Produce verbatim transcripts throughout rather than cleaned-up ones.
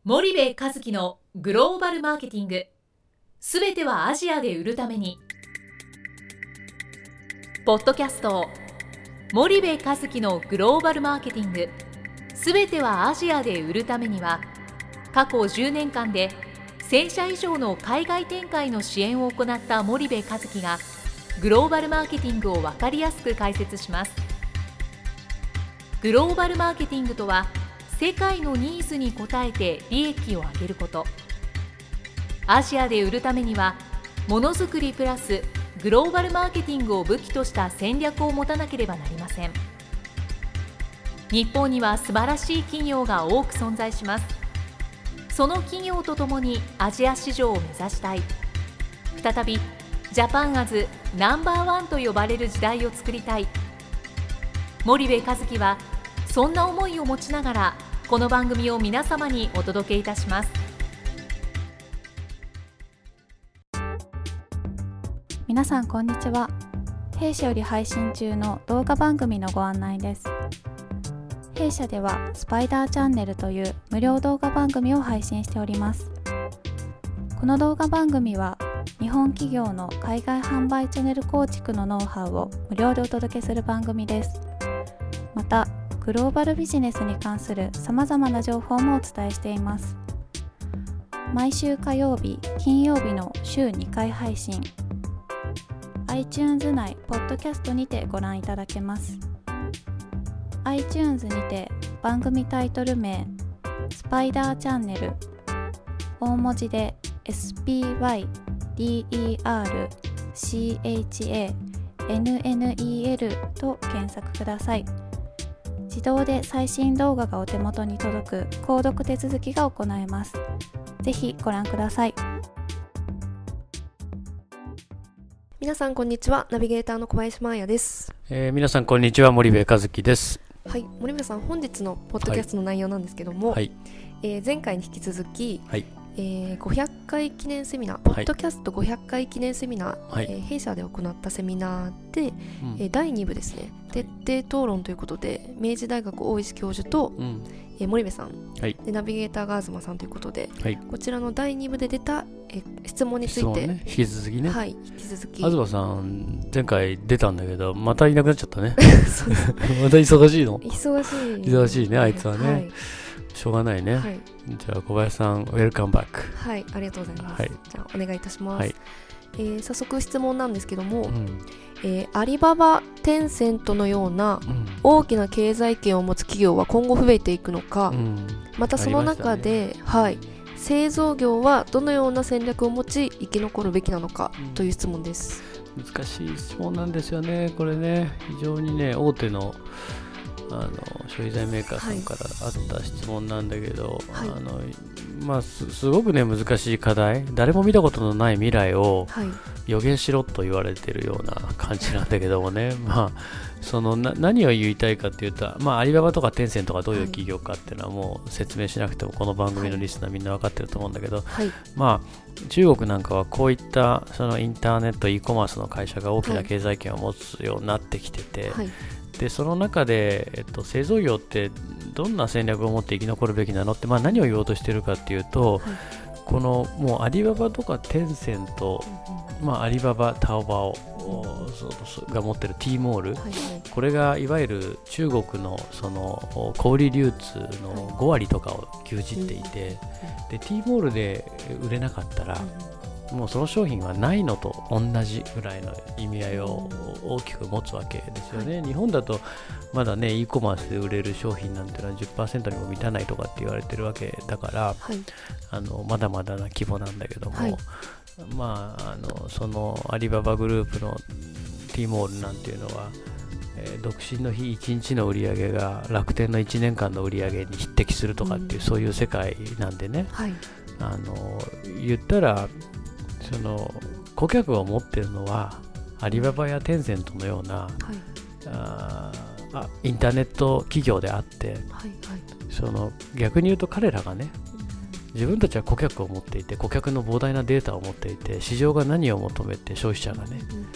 森部一樹のグローバルマーケティング、すべてはアジアで売るために。ポッドキャスト森部一樹のグローバルマーケティング、すべてはアジアで売るためには、過去じゅうねんかんでせんしゃ以上の海外展開の支援を行った森部一樹がグローバルマーケティングを分かりやすく解説します。グローバルマーケティングとは、世界のニーズに応えて利益を上げること。アジアで売るためには、ものづくりプラスグローバルマーケティングを武器とした戦略を持たなければなりません。日本には素晴らしい企業が多く存在します。その企業とともにアジア市場を目指したい。再びジャパンアズナンバーワンと呼ばれる時代を作りたい。森部一樹はそんな思いを持ちながら、この番組を皆様にお届けいたします。 皆さんこんにちは。弊社より配信中の動画番組のご案内です。弊社ではスパイダーチャンネルという無料動画番組を配信しております。この動画番組は日本企業の海外販売チャンネル構築のノウハウを無料でお届けする番組です。またグローバルビジネスに関するさまざまな情報もお伝えしています。毎週火曜日、金曜日の週にかい配信、iTunes 内ポッドキャストにてご覧いただけます。 iTunes にて番組タイトル名スパイダーチャンネル、大文字で エスピーワイディーイーアールシーエイチエーエヌエヌイーエル と検索ください。自動で最新動画がお手元に届く購読手続きが行えます。ぜひご覧ください。 皆さんこんにちは。ナビゲーターの小林真彩です。 えー、皆さんこんにちは。森部一樹です。 はい、森部さん、本日のポッドキャストの内容なんですけども、はいえー、前回に引き続き、はいえー、ごひゃっかい記念セミナー、ポッドキャストごひゃっかい記念セミナー、はいえー、弊社で行ったセミナーで、うんえー、だいにぶですね、徹底討論ということで、明治大学大石教授と、うんえー、森部さん、はい、でナビゲーターが東さんということで、はい、こちらのだいにぶで出た、えー、質問について、 ね、引き続きね、 はい、引き続き東さん前回出たんだけどまたいなくなっちゃったねまた忙しいの忙しい忙しいねあいつはね、はい、しょうがないね、はい、じゃあ小林さんウェルカムバック。 はい、ありがとうございます、はい、じゃあお願いいたします、はいえー、早速質問なんですけども、うんえー、アリババ、テンセントのような大きな経済圏を持つ企業は今後増えていくのか、うん、またその中で、ねはい、製造業はどのような戦略を持ち生き残るべきなのかという質問です、 うん、難しい質問なんですよねこれね。非常にね大手のあの消費財メーカーさんからあった質問なんだけど、はい、あのまあ、す, すごくね難しい課題、誰も見たことのない未来を予言しろと言われているような感じなんだけどもね、まあ、そのな何を言いたいかというと、まあ、アリババとかテンセントがどういう企業かっていうのはもう説明しなくてもこの番組のリスナーみんな分かってると思うんだけど、はい、まあ、中国なんかはこういったそのインターネット e コマースの会社が大きな経済圏を持つようになってきてて、はいでその中で、えっと、製造業ってどんな戦略を持って生き残るべきなのって、まあ、何を言おうとしているかっていうと、はい、このもうアリババとかテンセント、うんまあ、アリババ、タオバオ、うん、が持ってる T モール、はいはい、これがいわゆる中国のその小売流通のごわりとかを牛耳っていて、はいで T モールで売れなかったら、うんもうその商品はないのと同じぐらいの意味合いを大きく持つわけですよね、はい、日本だとまだね e コマースで売れる商品なんてのは じゅっパーセント にも満たないとかって言われてるわけだから、はい、あのまだまだな規模なんだけども、はい、まあ、あのそのアリババグループの T モールなんていうのは、えー、独身の日いちにちの売り上げが楽天のいちねんかんの売り上げに匹敵するとかっていう、うん、そういう世界なんでね、はい、あの言ったらその顧客を持っているのはアリババやテンセントのような、はい、ああインターネット企業であって、はいはい、その逆に言うと彼らがね自分たちは顧客を持っていて顧客の膨大なデータを持っていて市場が何を求めて消費者がね、うんうん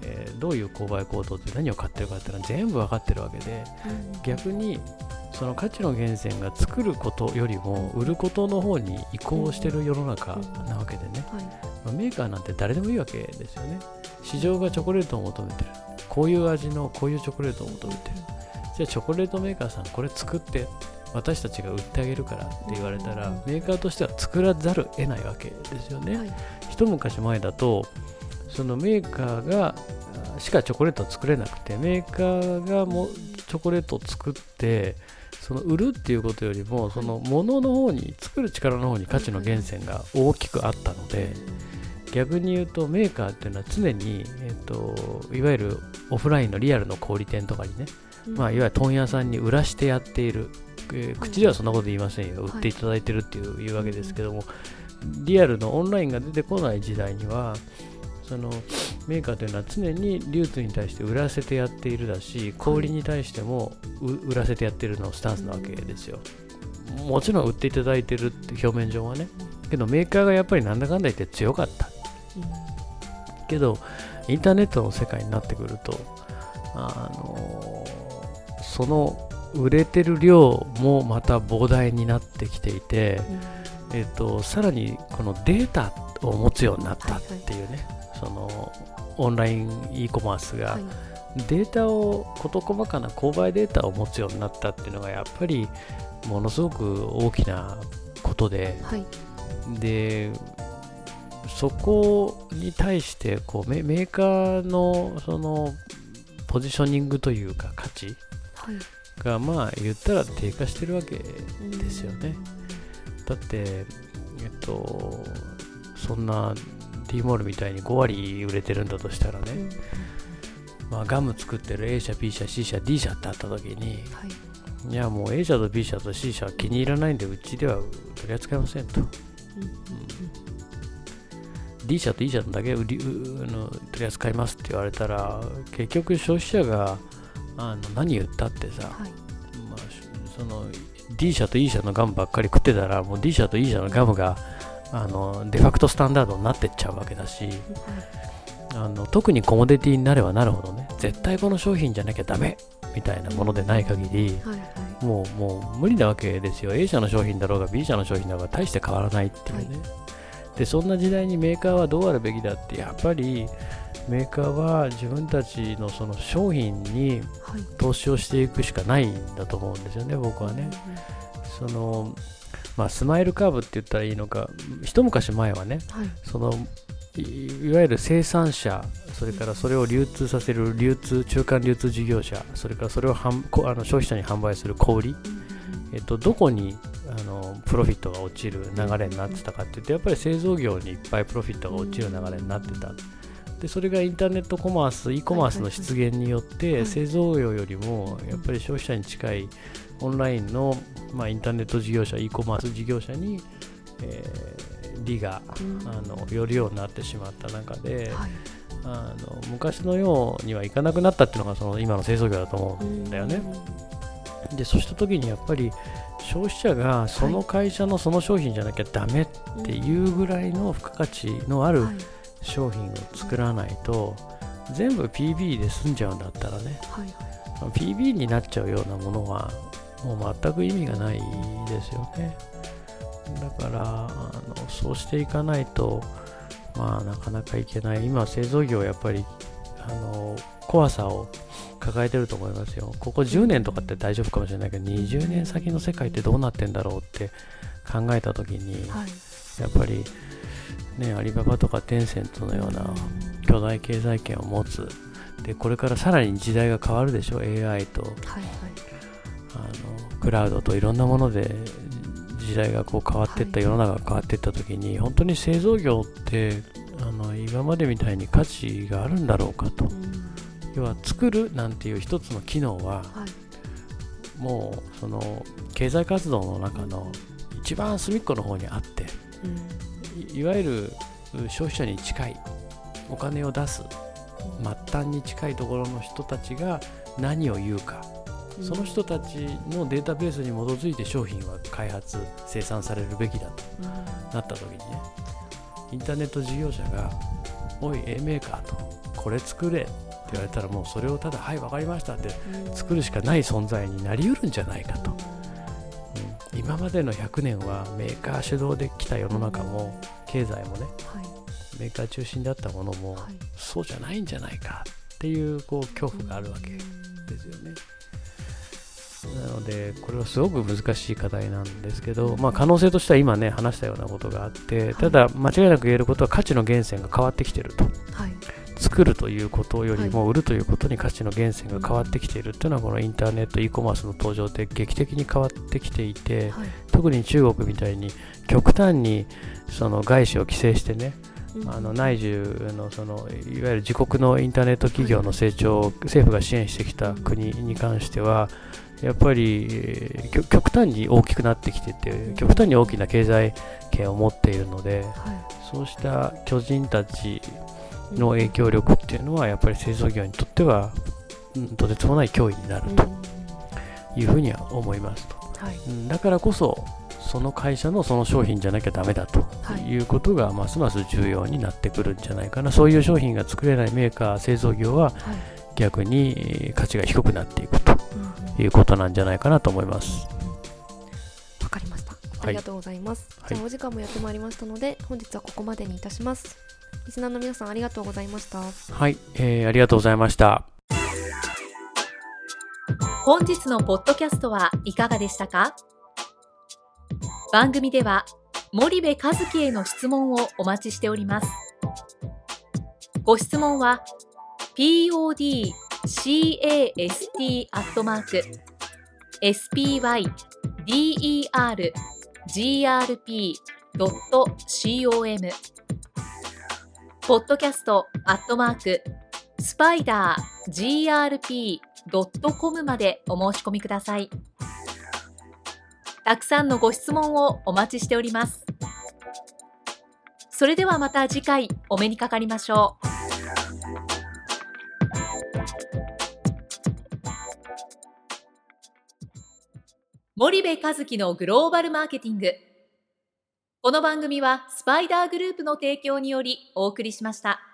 えー、どういう購買行動って何を買ってるかっていうのは全部分かってるわけで、うん、逆にその価値の源泉が作ることよりも売ることの方に移行してる世の中なわけでね、うんはいまあ、メーカーなんて誰でもいいわけですよね。市場がチョコレートを求めてる、こういう味のこういうチョコレートを求めてる、じゃあチョコレートメーカーさんこれ作って私たちが売ってあげるからって言われたら、うん、メーカーとしては作らざるを得ないわけですよね、はい、一昔前だとそのメーカーがしかチョコレートを作れなくて、メーカーがもチョコレートを作ってその売るっていうことよりもその物の方に作る力の方に価値の源泉が大きくあったので、逆に言うとメーカーっていうのは常に、えーと、いわゆるオフラインのリアルの小売店とかにね、まあ、いわゆる問屋さんに売らしてやっている、えー、口ではそんなこと言いませんよ、売っていただいてるっていう、いうわけですけども、リアルのオンラインが出てこない時代にはそのメーカーというのは常に流通に対して売らせてやっているだし、小売りに対しても売らせてやっているのスタンスなわけですよ。もちろん売っていただいてるって表面上はね、けどメーカーがやっぱりなんだかんだ言って強かった、うん、けどインターネットの世界になってくるとあのー、その売れてる量もまた膨大になってきていて、うんえー、とさらにこのデータを持つようになったっていうね、はいはい、そのオンライン e コマースが、はい、データを事細かな購買データを持つようになったっていうのがやっぱりものすごく大きなことで、はい、でそこに対してこう メ, メーカーのそのポジショニングというか価値がまあ言ったら低下してるわけですよね。だって、えっと、そんな D モールみたいにごわり売れてるんだとしたらね、まあ、ガム作ってる A 社 B 社 C 社 D 社ってあった時に、はい、いやもう A 社と B 社と C 社は気に入らないんでうちでは取り扱いませんと、うんうん、D 社と E 社だけ売りの取り扱いますって言われたら結局消費者があの何言ったってさ、はいまあ、その D 社と E 社のガムばっかり食ってたらもう D 社と E 社のガムがあのデファクトスタンダードになってっちゃうわけだし、はい、あの特にコモディティになればなるほどね絶対この商品じゃなきゃダメみたいなものでない限り、はいはい、もうもう無理なわけですよ。 A 社の商品だろうが B 社の商品だろうが大して変わらないっていうね、はい、でそんな時代にメーカーはどうあるべきだってやっぱりメーカーは自分たちのその商品に投資をしていくしかないんだと思うんですよね、僕はね、うん、そのまあスマイルカーブって言ったらいいのか、一昔前はね、はい、その い, いわゆる生産者、それからそれを流通させる流通中間流通事業者、それからそれをはんあの消費者に販売する小売り、えっと、どこにあのプロフィットが落ちる流れになってたかっていうとやっぱり製造業にいっぱいプロフィットが落ちる流れになってた。でそれがインターネットコマース、e コマースの出現によって製造業よりもやっぱり消費者に近いオンラインの、まあ、インターネット事業者、e コマース事業者に、えー、利が、うん、あの寄るようになってしまった中で、はい、あの昔のようにはいかなくなったっていうのがその今の製造業だと思うんだよね。うん、でそうした時にやっぱり消費者がその会社のその商品じゃなきゃダメっていうぐらいの付加価値のある、はい商品を作らないと全部 ピービー で済んじゃうんだったらね、はいはい、ピービー になっちゃうようなものはもう全く意味がないですよね。だからあのそうしていかないとまあなかなかいけない。今製造業やっぱりあの怖さを抱えてると思いますよ。ここじゅうねんとかって大丈夫かもしれないけどにじゅうねん先の世界ってどうなってんだろうって考えた時に、はい、やっぱりね、アリババとかテンセントのような巨大経済圏を持つ。でこれからさらに時代が変わるでしょ。 エーアイ と、はいはい、あのクラウドといろんなもので時代がこう変わっていった、はい、世の中が変わっていった時に本当に製造業ってあの今までみたいに価値があるんだろうかと、うん、要は作るなんていう一つの機能は、はい、もうその経済活動の中の一番隅っこの方にあって、うんいわゆる消費者に近いお金を出す末端に近いところの人たちが何を言うか、うん、その人たちのデータベースに基づいて商品は開発生産されるべきだと、うん、なった時にねインターネット事業者がおい A メーカーとここれ作れって言われたらもうそれをただはい分かりましたって作るしかない存在になりうるんじゃないかと、うん、今までのひゃくねんはメーカー主導で来た世の中も経済もね、はい、メーカー中心だったものも、はい、そうじゃないんじゃないかっていうこう恐怖があるわけですよね。なのでこれはすごく難しい課題なんですけど、まあ、可能性としては今ね話したようなことがあって、ただ間違いなく言えることは価値の源泉が変わってきていると、はい、作るということよりも売るということに価値の源泉が変わってきているというのはこのインターネット e コマースの登場で劇的に変わってきていて、はい、特に中国みたいに極端にその外資を規制してね、あの内需 の, そのいわゆる自国のインターネット企業の成長を政府が支援してきた国に関してはやっぱり極端に大きくなってきてて、極端に大きな経済圏を持っているので、はい、そうした巨人たちの影響力っていうのはやっぱり製造業にとっては、うん、とてつもない脅威になるというふうには思いますと、はい、だからこそその会社のその商品じゃなきゃダメだということがますます重要になってくるんじゃないかな。そういう商品が作れないメーカー製造業は逆に価値が低くなっていくということなんじゃないかなと思います。 わかりました。ありがとうございます、はい、じゃあお時間もやってまいりましたので本日はここまでにいたします。リスナーの皆さんありがとうございました。 はい、えー、ありがとうございました。 本日のポッドキャストはいかがでしたか？番組では森部一樹への質問をお待ちしております。ご質問は ピーオーディーキャスト アットマーク エスピーワイディーイーアールジーアールピー ドット コム ポッドキャストアットマークスパイダー ジーアールピー ドット コム までお申し込みください。たくさんのご質問をお待ちしております。それではまた次回お目にかかりましょう。森部一樹のグローバルマーケティング。この番組はスパイダーグループの提供によりお送りしました。